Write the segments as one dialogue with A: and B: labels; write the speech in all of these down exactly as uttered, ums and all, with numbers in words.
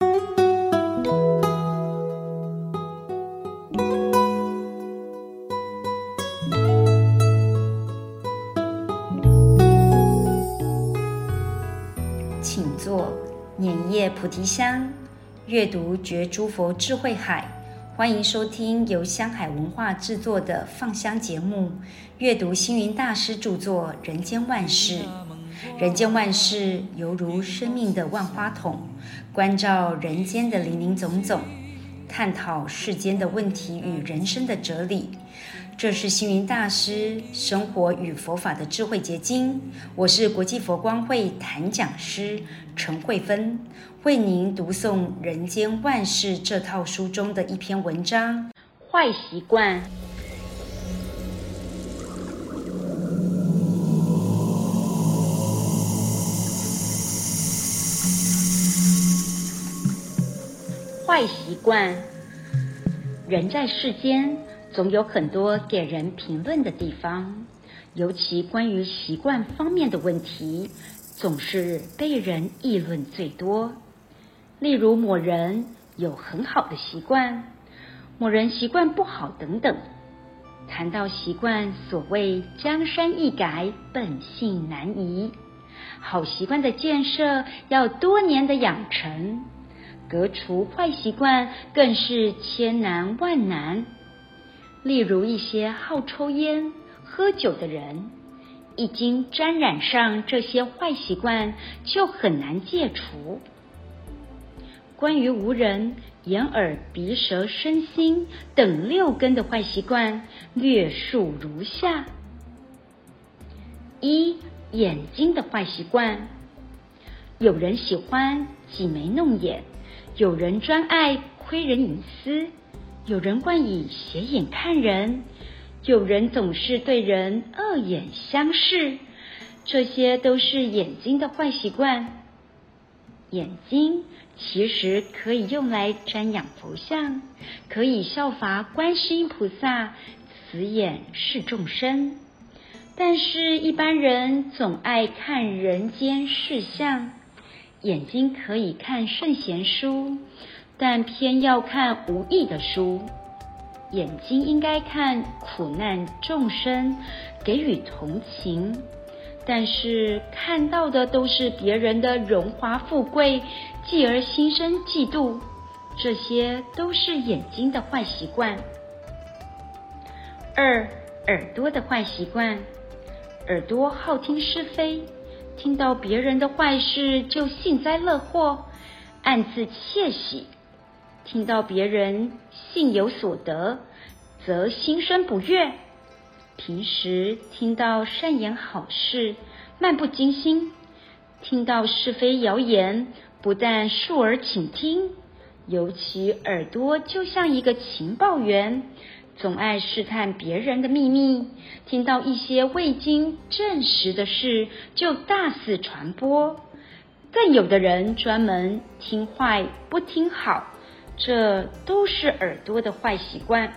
A: 请坐，捻叶菩提香，阅读觉诸佛智慧海。欢迎收听由香海文化制作的放香节目，阅读星云大师著作《人间万事》。人间万事犹如生命的万花筒，关照人间的林林总总，探讨世间的问题与人生的哲理。这是星云大师生活与佛法的智慧结晶。我是国际佛光会谈讲师陈慧芬，为您读诵《人间万事》这套书中的一篇文章：坏习惯。坏习惯。人在世间总有很多给人评论的地方，尤其关于习惯方面的问题，总是被人议论最多。例如某人有很好的习惯，某人习惯不好等等。谈到习惯，所谓江山易改，本性难移。好习惯的建设要多年的养成，革除坏习惯更是千难万难。例如一些好抽烟、喝酒的人，一经沾染上这些坏习惯，就很难戒除。关于无人、眼耳鼻舌身心等六根的坏习惯，略述如下：一、眼睛的坏习惯。有人喜欢挤眉弄眼，有人专爱窥人隐私，有人惯以斜眼看人，有人总是对人恶眼相视，这些都是眼睛的坏习惯。眼睛其实可以用来瞻仰佛像，可以效法观世音菩萨，慈眼视众生。但是一般人总爱看人间事相，眼睛可以看圣贤书，但偏要看无益的书。眼睛应该看苦难众生，给予同情，但是看到的都是别人的荣华富贵，继而心生嫉妒，这些都是眼睛的坏习惯。二、耳朵的坏习惯。耳朵好听是非，听到别人的坏事就幸灾乐祸，暗自窃喜；听到别人幸有所得，则心生不悦。平时听到善言好事，漫不经心；听到是非谣言，不但竖耳倾听，尤其耳朵就像一个情报员，总爱试探别人的秘密，听到一些未经证实的事就大肆传播。更有的人专门听坏不听好，这都是耳朵的坏习惯。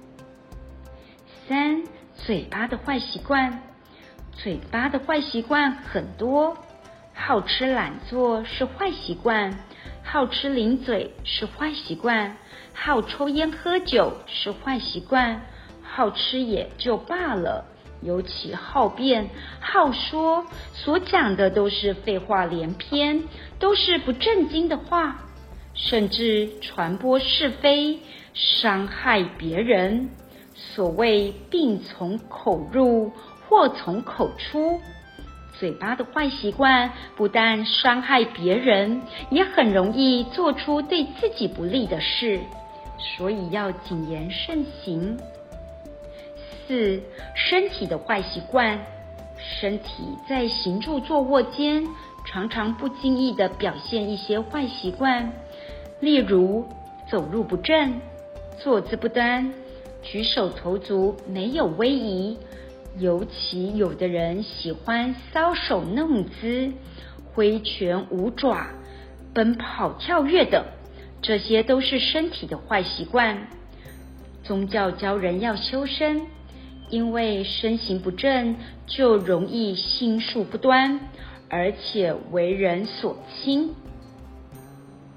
A: 三、嘴巴的坏习惯。嘴巴的坏习惯很多，好吃懒做是坏习惯，好吃零嘴是坏习惯，好抽烟喝酒是坏习惯，好吃也就罢了，尤其好辩好说，所讲的都是废话连篇，都是不正经的话，甚至传播是非，伤害别人。所谓病从口入，祸从口出。嘴巴的坏习惯不但伤害别人，也很容易做出对自己不利的事，所以要谨言慎行。四、身体的坏习惯。身体在行住坐卧间，常常不经意地表现一些坏习惯，例如走路不正、坐姿不端、举手投足没有威仪，尤其有的人喜欢搔首弄姿、挥拳舞爪、奔跑跳跃等，这些都是身体的坏习惯。宗教教人要修身，因为身形不正，就容易心术不端，而且为人所轻。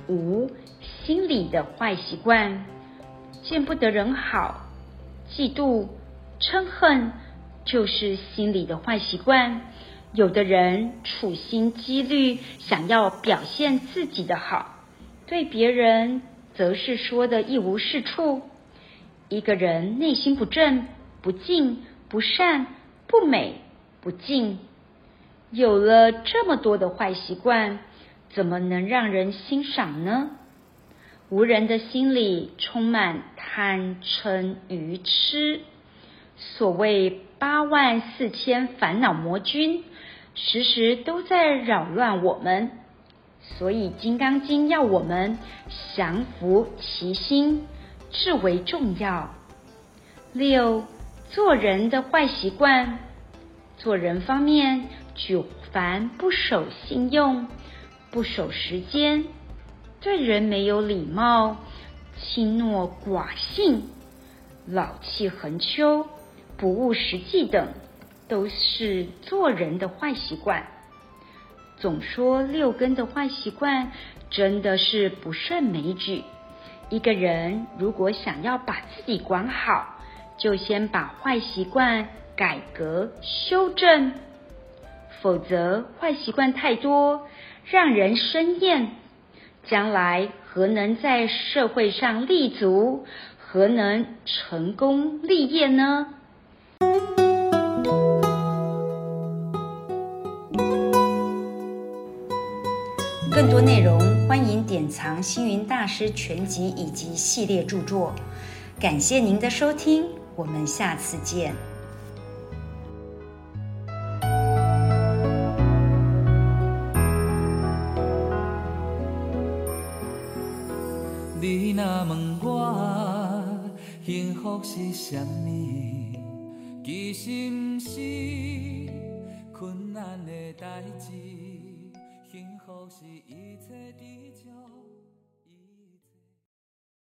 A: 五，心里的坏习惯，见不得人好，嫉妒、嗔恨就是心里的坏习惯。有的人处心积虑想要表现自己的好，对别人则是说的一无是处。一个人内心不正、不敬、不善、不美、不敬，有了这么多的坏习惯，怎么能让人欣赏呢？无人的心里充满贪嗔愚痴，所谓八万四千烦恼魔君，时时都在扰乱我们。所以《金刚经》要我们降伏其心，至为重要。六，做人的坏习惯。做人方面，举凡不守信用、不守时间、对人没有礼貌、轻诺寡信、老气横秋、不务实际等，都是做人的坏习惯。总说六根的坏习惯真的是不胜枚举。一个人如果想要把自己管好，就先把坏习惯改革修正，否则坏习惯太多，让人生厌，将来何能在社会上立足，何能成功立业呢？更多内容欢迎典藏星云大师全集以及系列著作。感谢您的收听，我们下次见。
B: 你若问我幸福是啥物，其实不是困难的代志，幸福是一切知足。